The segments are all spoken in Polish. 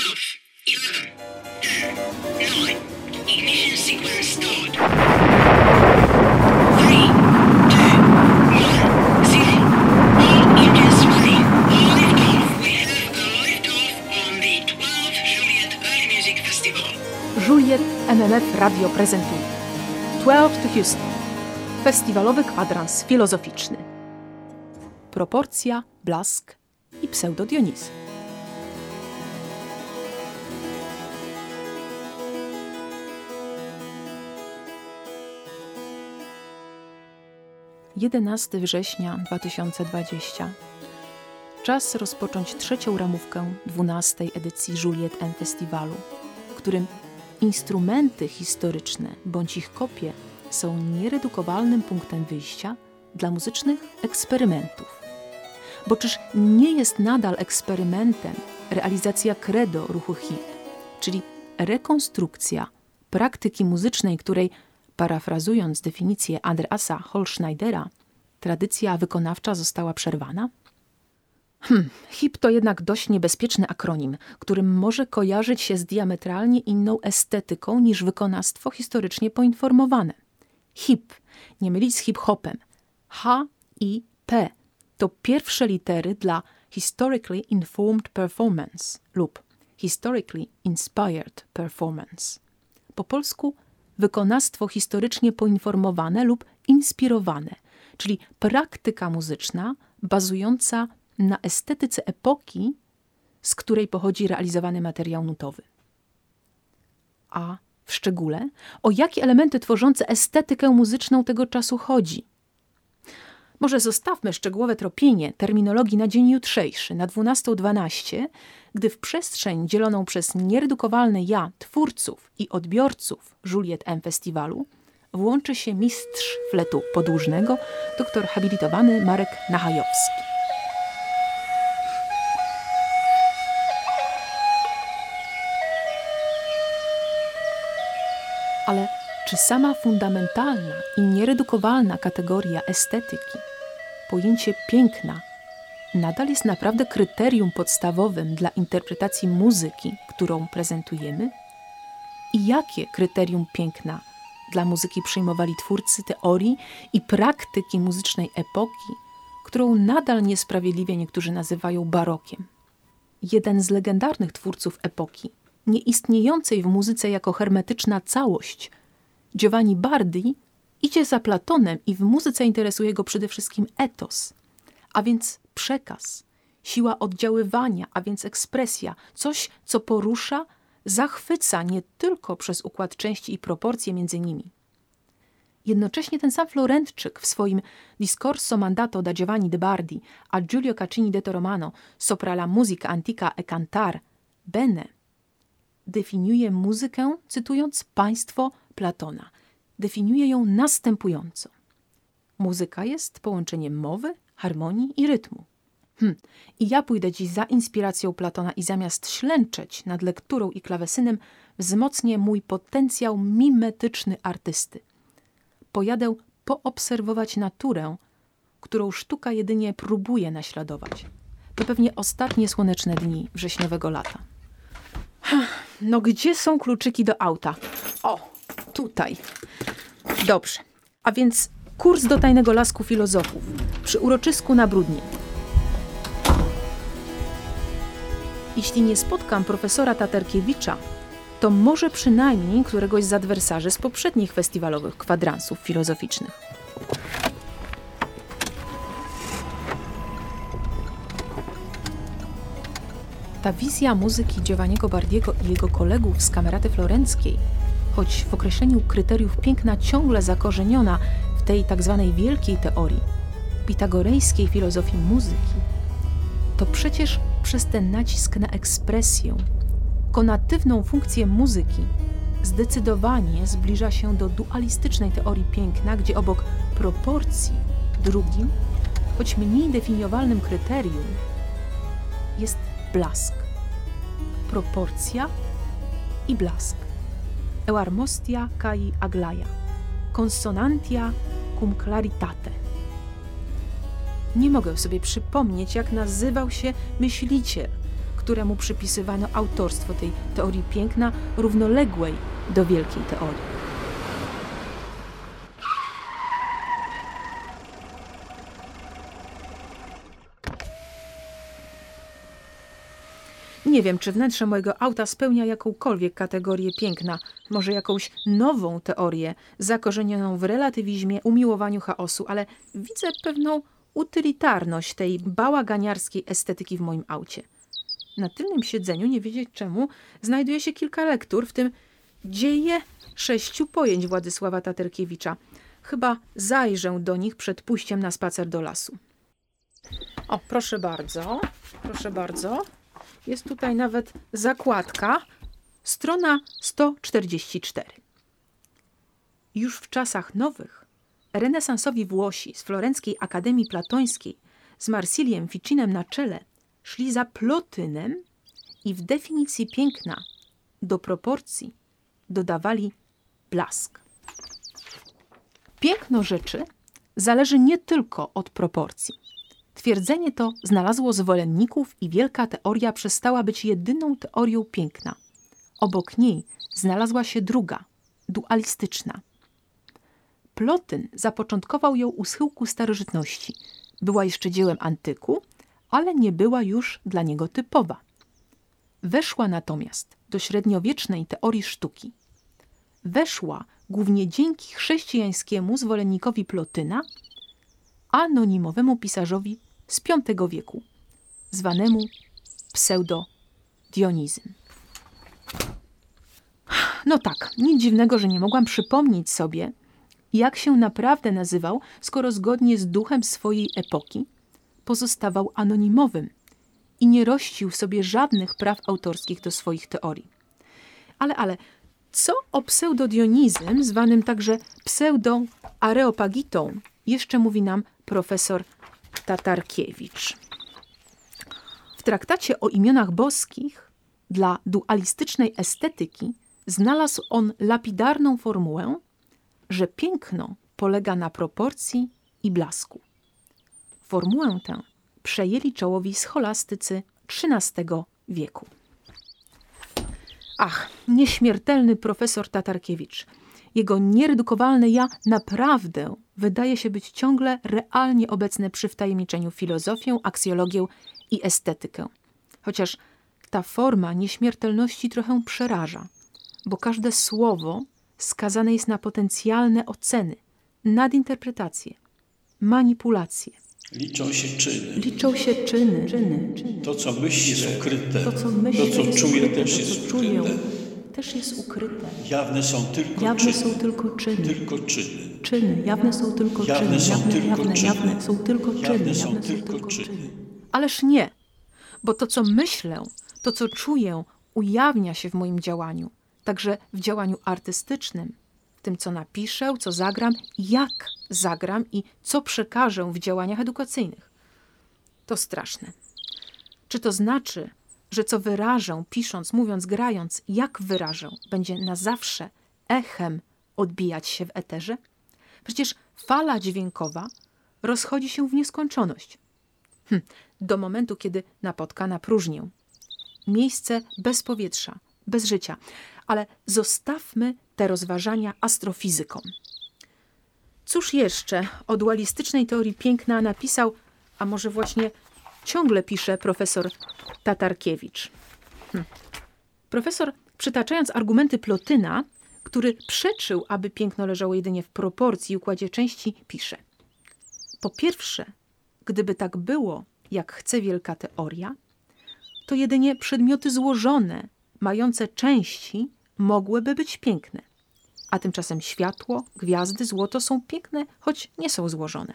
11, 10, 9, ignition sequence start. 3, 2, 1, 0. All engines running. All liftoff. We have a liftoff on the 12th Juliet Early Music Festival. Juliet MMF Radio prezentuje 12 to Houston. Festiwalowy kwadrans filozoficzny. Proporcja, blask i pseudodionizm. Jedenasty września 2020. Czas rozpocząć trzecią ramówkę 12. edycji Juliet M Festiwalu, w którym instrumenty historyczne bądź ich kopie są nieredukowalnym punktem wyjścia dla muzycznych eksperymentów. Bo czyż nie jest nadal eksperymentem realizacja credo ruchu hip, czyli rekonstrukcja praktyki muzycznej, której, parafrazując definicję Andreasa Holschneidera, tradycja wykonawcza została przerwana? Hip to jednak dość niebezpieczny akronim, którym może kojarzyć się z diametralnie inną estetyką niż wykonawstwo historycznie poinformowane. Hip, nie mylić z hip-hopem. H i P to pierwsze litery dla Historically Informed Performance lub Historically Inspired Performance. Po polsku wykonawstwo historycznie poinformowane lub inspirowane, czyli praktyka muzyczna bazująca na estetyce epoki, z której pochodzi realizowany materiał nutowy. A w szczególe, o jakie elementy tworzące estetykę muzyczną tego czasu chodzi? Może zostawmy szczegółowe tropienie terminologii na dzień jutrzejszy, na 12:12, gdy w przestrzeń dzieloną przez nieredukowalne ja twórców i odbiorców Juliet M Festiwalu włączy się mistrz fletu podłużnego, doktor habilitowany Marek Nachajowski. Ale czy sama fundamentalna i nieredukowalna kategoria estetyki, pojęcie piękna, nadal jest naprawdę kryterium podstawowym dla interpretacji muzyki, którą prezentujemy? I jakie kryterium piękna dla muzyki przyjmowali twórcy teorii i praktyki muzycznej epoki, którą nadal niesprawiedliwie niektórzy nazywają barokiem? Jeden z legendarnych twórców epoki, nieistniejącej w muzyce jako hermetyczna całość, Giovanni Bardi, idzie za Platonem i w muzyce interesuje go przede wszystkim etos, a więc przekaz, siła oddziaływania, a więc ekspresja, coś, co porusza, zachwyca nie tylko przez układ części i proporcje między nimi. Jednocześnie ten sam Florentczyk w swoim Discorso mandato da Giovanni de Bardi a Giulio Caccini detto Romano sopra la musica antica e cantar bene definiuje muzykę, cytując państwo Platona. Definiuje ją następująco. Muzyka jest połączeniem mowy, harmonii i rytmu. I ja pójdę dziś za inspiracją Platona i zamiast ślęczeć nad lekturą i klawesynem wzmocnię mój potencjał mimetyczny artysty. Pojadę poobserwować naturę, którą sztuka jedynie próbuje naśladować. To pewnie ostatnie słoneczne dni wrześniowego lata. No gdzie są kluczyki do auta? O, tutaj. Dobrze. A więc kurs do tajnego lasku filozofów przy uroczysku na Bródnie. Jeśli nie spotkam profesora Taterkiewicza, to może przynajmniej któregoś z adwersarzy z poprzednich festiwalowych kwadransów filozoficznych. Ta wizja muzyki Giovanniego Bardiego i jego kolegów z Kameraty Florenckiej, choć w określeniu kryteriów piękna ciągle zakorzeniona w tej tak zwanej wielkiej teorii, pitagorejskiej filozofii muzyki, to przecież przez ten nacisk na ekspresję, konatywną funkcję muzyki, zdecydowanie zbliża się do dualistycznej teorii piękna, gdzie obok proporcji drugim, choć mniej definiowalnym kryterium, jest blask. Proporcja i blask. Euarmostia kai aglaia. Consonantia cum claritate. Nie mogę sobie przypomnieć, jak nazywał się myśliciel, któremu przypisywano autorstwo tej teorii piękna równoległej do wielkiej teorii. Nie wiem, czy wnętrze mojego auta spełnia jakąkolwiek kategorię piękna, może jakąś nową teorię zakorzenioną w relatywizmie, umiłowaniu chaosu, ale widzę pewną utylitarność tej bałaganiarskiej estetyki w moim aucie. Na tylnym siedzeniu, nie wiedzieć czemu, znajduje się kilka lektur, w tym Dzieje 6 pojęć Władysława Taterkiewicza. Chyba zajrzę do nich przed pójściem na spacer do lasu. O, proszę bardzo, proszę bardzo. Jest tutaj nawet zakładka, strona 144. Już w czasach nowych renesansowi Włosi z florenckiej Akademii Platońskiej z Marsiliem Ficinem na czele szli za Plotynem i w definicji piękna do proporcji dodawali blask. Piękno rzeczy zależy nie tylko od proporcji. Twierdzenie to znalazło zwolenników i wielka teoria przestała być jedyną teorią piękna. Obok niej znalazła się druga, dualistyczna. Plotyn zapoczątkował ją u schyłku starożytności. Była jeszcze dziełem antyku, ale nie była już dla niego typowa. Weszła natomiast do średniowiecznej teorii sztuki. Weszła głównie dzięki chrześcijańskiemu zwolennikowi Plotyna, anonimowemu pisarzowi z V wieku, zwanemu pseudo-Dionizm. No tak, nic dziwnego, że nie mogłam przypomnieć sobie, jak się naprawdę nazywał, skoro zgodnie z duchem swojej epoki pozostawał anonimowym i nie rościł sobie żadnych praw autorskich do swoich teorii. Ale, co o pseudodionizm, zwanym także pseudo-areopagitą, jeszcze mówi nam profesor Tatarkiewicz. W traktacie o imionach boskich dla dualistycznej estetyki znalazł on lapidarną formułę, że piękno polega na proporcji i blasku. Formułę tę przejęli czołowi scholastycy XIII wieku. Ach, nieśmiertelny profesor Tatarkiewicz. Jego nieredukowalne ja naprawdę wydaje się być ciągle realnie obecne przy wtajemniczeniu filozofię, aksjologię i estetykę. Chociaż ta forma nieśmiertelności trochę przeraża, bo każde słowo skazane jest na potencjalne oceny, nadinterpretacje, manipulacje. Liczą się czyny. Liczą się czyny. To, co myśli, jest ukryte. To, co myślę, To, co jest czuje, ukryte. też To, jest co czuję, ukryte. też jest ukryte. Jawne są tylko Jawne czyny. są tylko czyny. Tylko czyny. Czyny, jawne są tylko Jawne czyny. są tylko czyny. Jawne są tylko czyny. Jawne są Jawne są tylko tylko czyny. czyny. Ależ nie, bo to, co myślę, to, co czuję, ujawnia się w moim działaniu. Także w działaniu artystycznym, w tym, co napiszę, co zagram, jak zagram i co przekażę w działaniach edukacyjnych. To straszne. Czy to znaczy, że co wyrażę, pisząc, mówiąc, grając, jak wyrażę, będzie na zawsze echem odbijać się w eterze? Przecież fala dźwiękowa rozchodzi się w nieskończoność. Do momentu, kiedy napotka na próżnię. Miejsce bez powietrza, bez życia. Ale zostawmy te rozważania astrofizykom. Cóż jeszcze o dualistycznej teorii piękna napisał, a może właśnie ciągle pisze profesor Tatarkiewicz. Profesor, przytaczając argumenty Plotyna, który przeczył, aby piękno leżało jedynie w proporcji i układzie części, pisze: po pierwsze, gdyby tak było, jak chce wielka teoria, to jedynie przedmioty złożone, mające części, mogłyby być piękne. A tymczasem światło, gwiazdy, złoto są piękne, choć nie są złożone.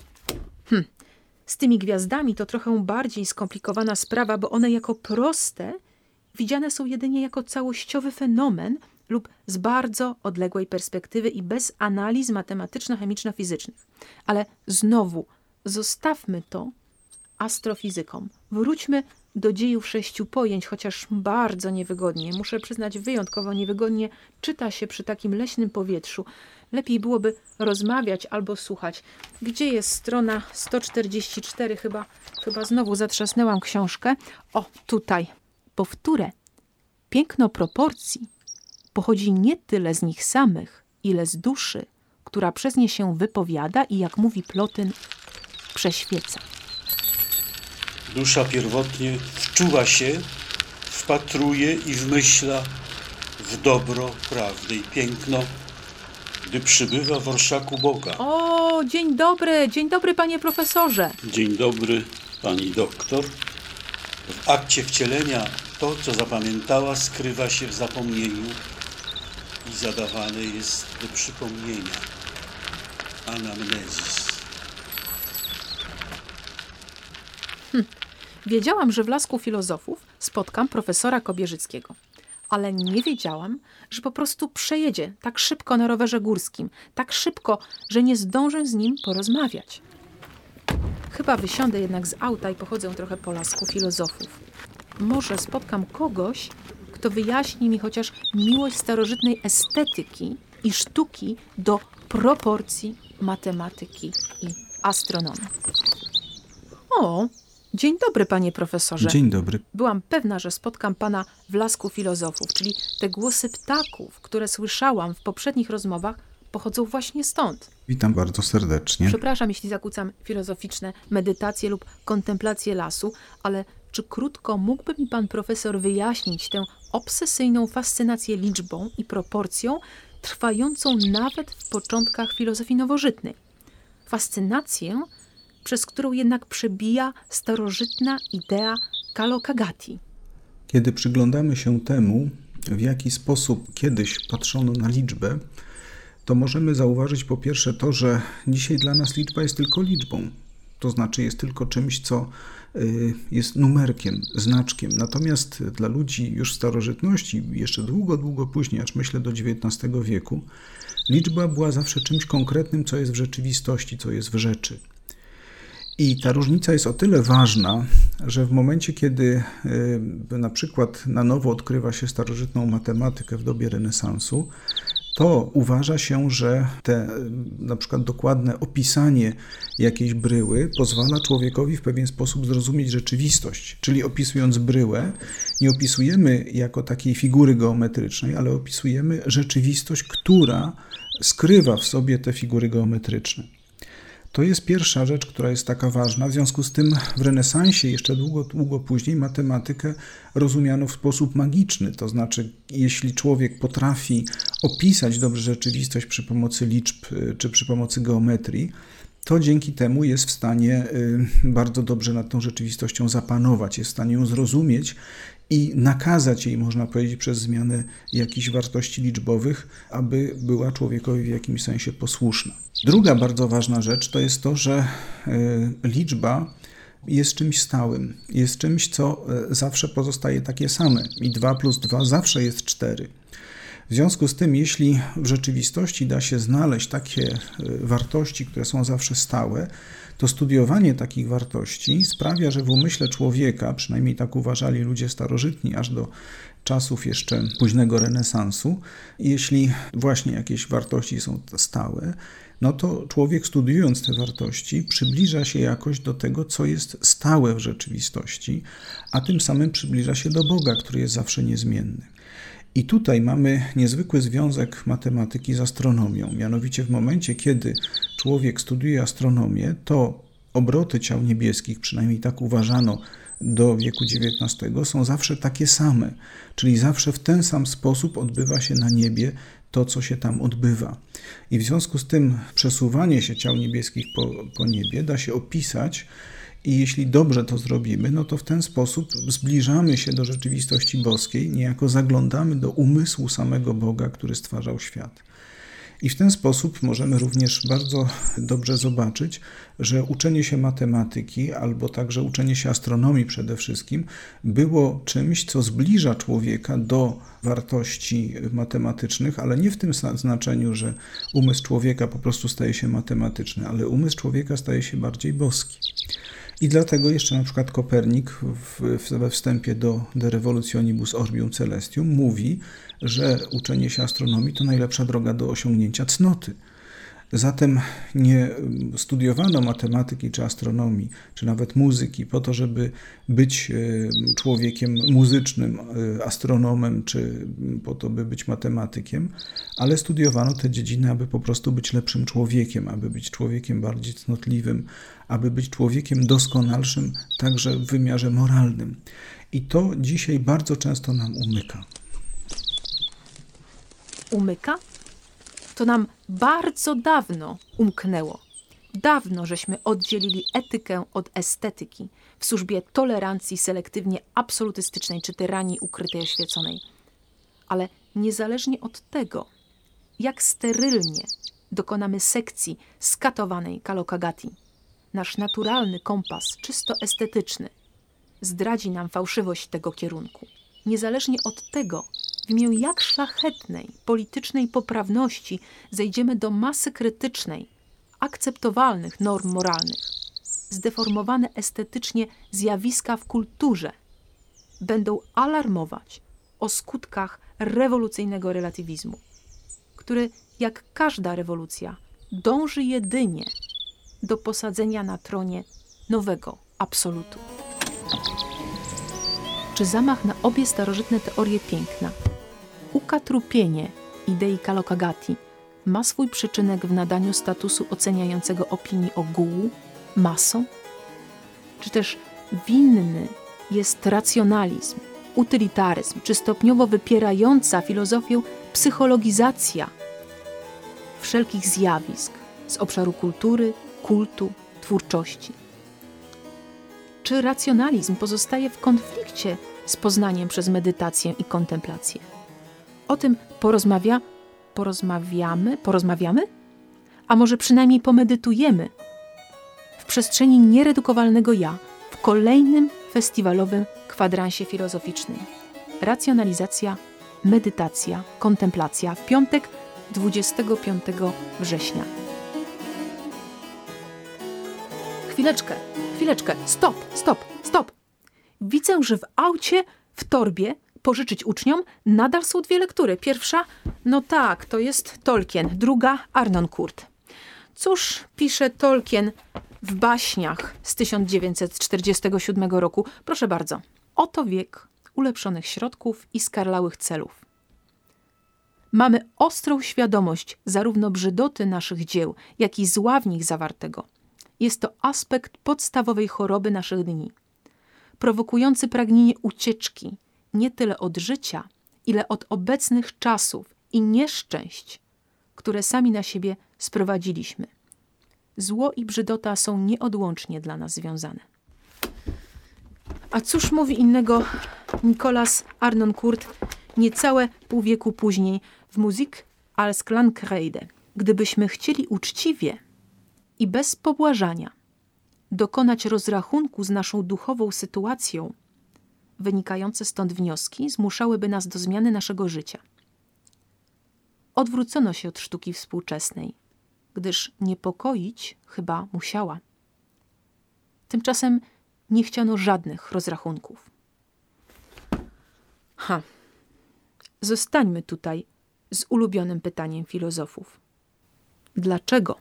Z tymi gwiazdami to trochę bardziej skomplikowana sprawa, bo one jako proste widziane są jedynie jako całościowy fenomen lub z bardzo odległej perspektywy i bez analiz matematyczno-chemiczno-fizycznych. Ale znowu, zostawmy to astrofizykom. Wróćmy do dziejów 6 pojęć, chociaż bardzo niewygodnie, muszę przyznać wyjątkowo niewygodnie, czyta się przy takim leśnym powietrzu. Lepiej byłoby rozmawiać albo słuchać. Gdzie jest strona 144? Chyba znowu zatrzasnęłam książkę. O, tutaj. Powtórę, piękno proporcji pochodzi nie tyle z nich samych, ile z duszy, która przez nie się wypowiada i, jak mówi Plotyn, prześwieca. Dusza pierwotnie wczuwa się, wpatruje i wmyśla w dobro, prawdę i piękno, gdy przybywa w orszaku Boga. O, dzień dobry, panie profesorze. Dzień dobry, pani doktor. W akcie wcielenia to, co zapamiętała, skrywa się w zapomnieniu i zadawane jest do przypomnienia. Anamnezis. Wiedziałam, że w Lasku Filozofów spotkam profesora Kobierzyckiego, ale nie wiedziałam, że po prostu przejedzie tak szybko na rowerze górskim, tak szybko, że nie zdążę z nim porozmawiać. Chyba wysiądę jednak z auta i pochodzę trochę po Lasku Filozofów. Może spotkam kogoś, kto wyjaśni mi chociaż miłość starożytnej estetyki i sztuki do proporcji, matematyki i astronomii. O, dzień dobry, panie profesorze. Dzień dobry. Byłam pewna, że spotkam pana w Lasku Filozofów, czyli te głosy ptaków, które słyszałam w poprzednich rozmowach, pochodzą właśnie stąd. Witam bardzo serdecznie. Przepraszam, jeśli zakłócam filozoficzne medytacje lub kontemplacje lasu, ale czy krótko mógłby mi pan profesor wyjaśnić tę obsesyjną fascynację liczbą i proporcją, trwającą nawet w początkach filozofii nowożytnej? Fascynację, przez którą jednak przebija starożytna idea Kalokagati. Kiedy przyglądamy się temu, w jaki sposób kiedyś patrzono na liczbę, to możemy zauważyć po pierwsze to, że dzisiaj dla nas liczba jest tylko liczbą. To znaczy jest tylko czymś, co jest numerkiem, znaczkiem. Natomiast dla ludzi już w starożytności, jeszcze długo, długo później, aż myślę do XIX wieku, liczba była zawsze czymś konkretnym, co jest w rzeczywistości, co jest w rzeczy. I ta różnica jest o tyle ważna, że w momencie, kiedy na przykład na nowo odkrywa się starożytną matematykę w dobie renesansu, to uważa się, że te na przykład dokładne opisanie jakiejś bryły pozwala człowiekowi w pewien sposób zrozumieć rzeczywistość. Czyli opisując bryłę, nie opisujemy jako takiej figury geometrycznej, ale opisujemy rzeczywistość, która skrywa w sobie te figury geometryczne. To jest pierwsza rzecz, która jest taka ważna. W związku z tym w renesansie, jeszcze długo, długo później, matematykę rozumiano w sposób magiczny. To znaczy, jeśli człowiek potrafi opisać dobrze rzeczywistość przy pomocy liczb czy przy pomocy geometrii, to dzięki temu jest w stanie bardzo dobrze nad tą rzeczywistością zapanować, jest w stanie ją zrozumieć i nakazać jej, można powiedzieć, przez zmianę jakichś wartości liczbowych, aby była człowiekowi w jakimś sensie posłuszna. Druga bardzo ważna rzecz to jest to, że liczba jest czymś stałym, jest czymś, co zawsze pozostaje takie same i 2 plus 2 zawsze jest 4. W związku z tym, jeśli w rzeczywistości da się znaleźć takie wartości, które są zawsze stałe, to studiowanie takich wartości sprawia, że w umyśle człowieka, przynajmniej tak uważali ludzie starożytni, aż do czasów jeszcze późnego renesansu, jeśli właśnie jakieś wartości są stałe, no to człowiek studiując te wartości przybliża się jakoś do tego, co jest stałe w rzeczywistości, a tym samym przybliża się do Boga, który jest zawsze niezmienny. I tutaj mamy niezwykły związek matematyki z astronomią. Mianowicie w momencie, kiedy człowiek studiuje astronomię, to obroty ciał niebieskich, przynajmniej tak uważano do wieku XIX, są zawsze takie same. Czyli zawsze w ten sam sposób odbywa się na niebie to, co się tam odbywa. I w związku z tym przesuwanie się ciał niebieskich po niebie da się opisać. I jeśli dobrze to zrobimy, no to w ten sposób zbliżamy się do rzeczywistości boskiej, niejako zaglądamy do umysłu samego Boga, który stwarzał świat. I w ten sposób możemy również bardzo dobrze zobaczyć, że uczenie się matematyki, albo także uczenie się astronomii przede wszystkim, było czymś, co zbliża człowieka do wartości matematycznych, ale nie w tym znaczeniu, że umysł człowieka po prostu staje się matematyczny, ale umysł człowieka staje się bardziej boski. I dlatego jeszcze na przykład Kopernik we wstępie do De Revolutionibus Orbium Celestium mówi, że uczenie się astronomii to najlepsza droga do osiągnięcia cnoty. Zatem nie studiowano matematyki czy astronomii, czy nawet muzyki po to, żeby być człowiekiem muzycznym, astronomem, czy po to, by być matematykiem, ale studiowano te dziedziny, aby po prostu być lepszym człowiekiem, aby być człowiekiem bardziej cnotliwym, aby być człowiekiem doskonalszym także w wymiarze moralnym. I to dzisiaj bardzo często nam umyka. Umyka? To nam bardzo dawno umknęło. Dawno żeśmy oddzielili etykę od estetyki w służbie tolerancji selektywnie absolutystycznej czy tyranii ukrytej oświeconej. Ale niezależnie od tego, jak sterylnie dokonamy sekcji skatowanej Kalokagati, nasz naturalny kompas, czysto estetyczny, zdradzi nam fałszywość tego kierunku. Niezależnie od tego, w imię jak szlachetnej, politycznej poprawności zejdziemy do masy krytycznej, akceptowalnych norm moralnych. Zdeformowane estetycznie zjawiska w kulturze będą alarmować o skutkach rewolucyjnego relatywizmu, który, jak każda rewolucja, dąży jedynie do posadzenia na tronie nowego absolutu. Czy zamach na obie starożytne teorie piękna, ukatrupienie idei Kalokagati ma swój przyczynek w nadaniu statusu oceniającego opinii ogółu masom? Czy też winny jest racjonalizm, utylitaryzm, czy stopniowo wypierająca filozofię psychologizacja wszelkich zjawisk z obszaru kultury, kultu, twórczości? Czy racjonalizm pozostaje w konflikcie z poznaniem przez medytację i kontemplację? O tym porozmawiamy? A może przynajmniej pomedytujemy w przestrzeni nieredukowalnego ja w kolejnym festiwalowym kwadransie filozoficznym. Racjonalizacja, medytacja, kontemplacja w piątek 25 września. Chwileczkę, stop. Widzę, że w aucie, w torbie pożyczyć uczniom nadal są dwie lektury. Pierwsza, no tak, to jest Tolkien, druga Arnon Kurt. Cóż pisze Tolkien w baśniach z 1947 roku? Proszę bardzo, oto wiek ulepszonych środków i skarlałych celów. Mamy ostrą świadomość zarówno brzydoty naszych dzieł, jak i zła w nich zawartego. Jest to aspekt podstawowej choroby naszych dni, prowokujący pragnienie ucieczki nie tyle od życia, ile od obecnych czasów i nieszczęść, które sami na siebie sprowadziliśmy. Zło i brzydota są nieodłącznie dla nas związane. A cóż mówi innego Nicolas Arnon Kurt niecałe pół wieku później w Musik als Klangrede? Gdybyśmy chcieli uczciwie i bez pobłażania dokonać rozrachunku z naszą duchową sytuacją, wynikające stąd wnioski zmuszałyby nas do zmiany naszego życia. Odwrócono się od sztuki współczesnej, gdyż niepokoić chyba musiała. Tymczasem nie chciano żadnych rozrachunków. Zostańmy tutaj z ulubionym pytaniem filozofów. Dlaczego?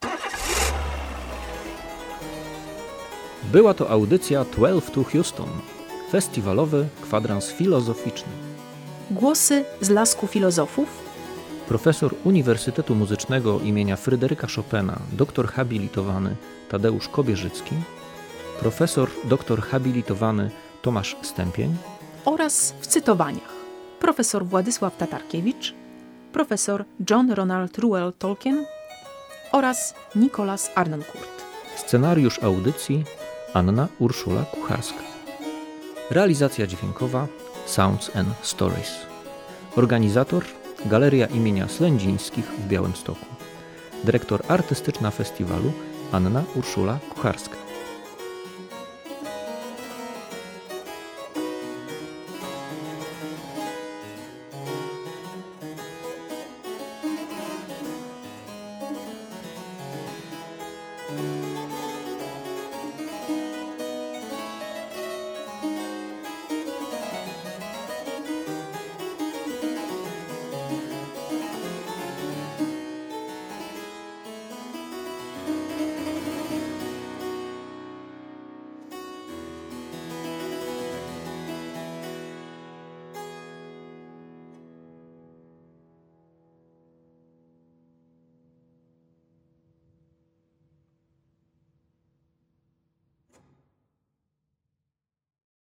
Była to audycja 12 to Houston, festiwalowy kwadrans filozoficzny. Głosy z lasku filozofów. Profesor Uniwersytetu Muzycznego imienia Fryderyka Chopina, doktor habilitowany Tadeusz Kobierzycki, profesor doktor habilitowany Tomasz Stępień oraz w cytowaniach profesor Władysław Tatarkiewicz, profesor John Ronald Reuel Tolkien oraz Nicolas Arnon Kurt. Scenariusz audycji Anna Urszula Kucharska. Realizacja dźwiękowa Sounds and Stories. Organizator Galeria imienia Slędzińskich w Białymstoku. Dyrektor artystyczna festiwalu Anna Urszula Kucharska.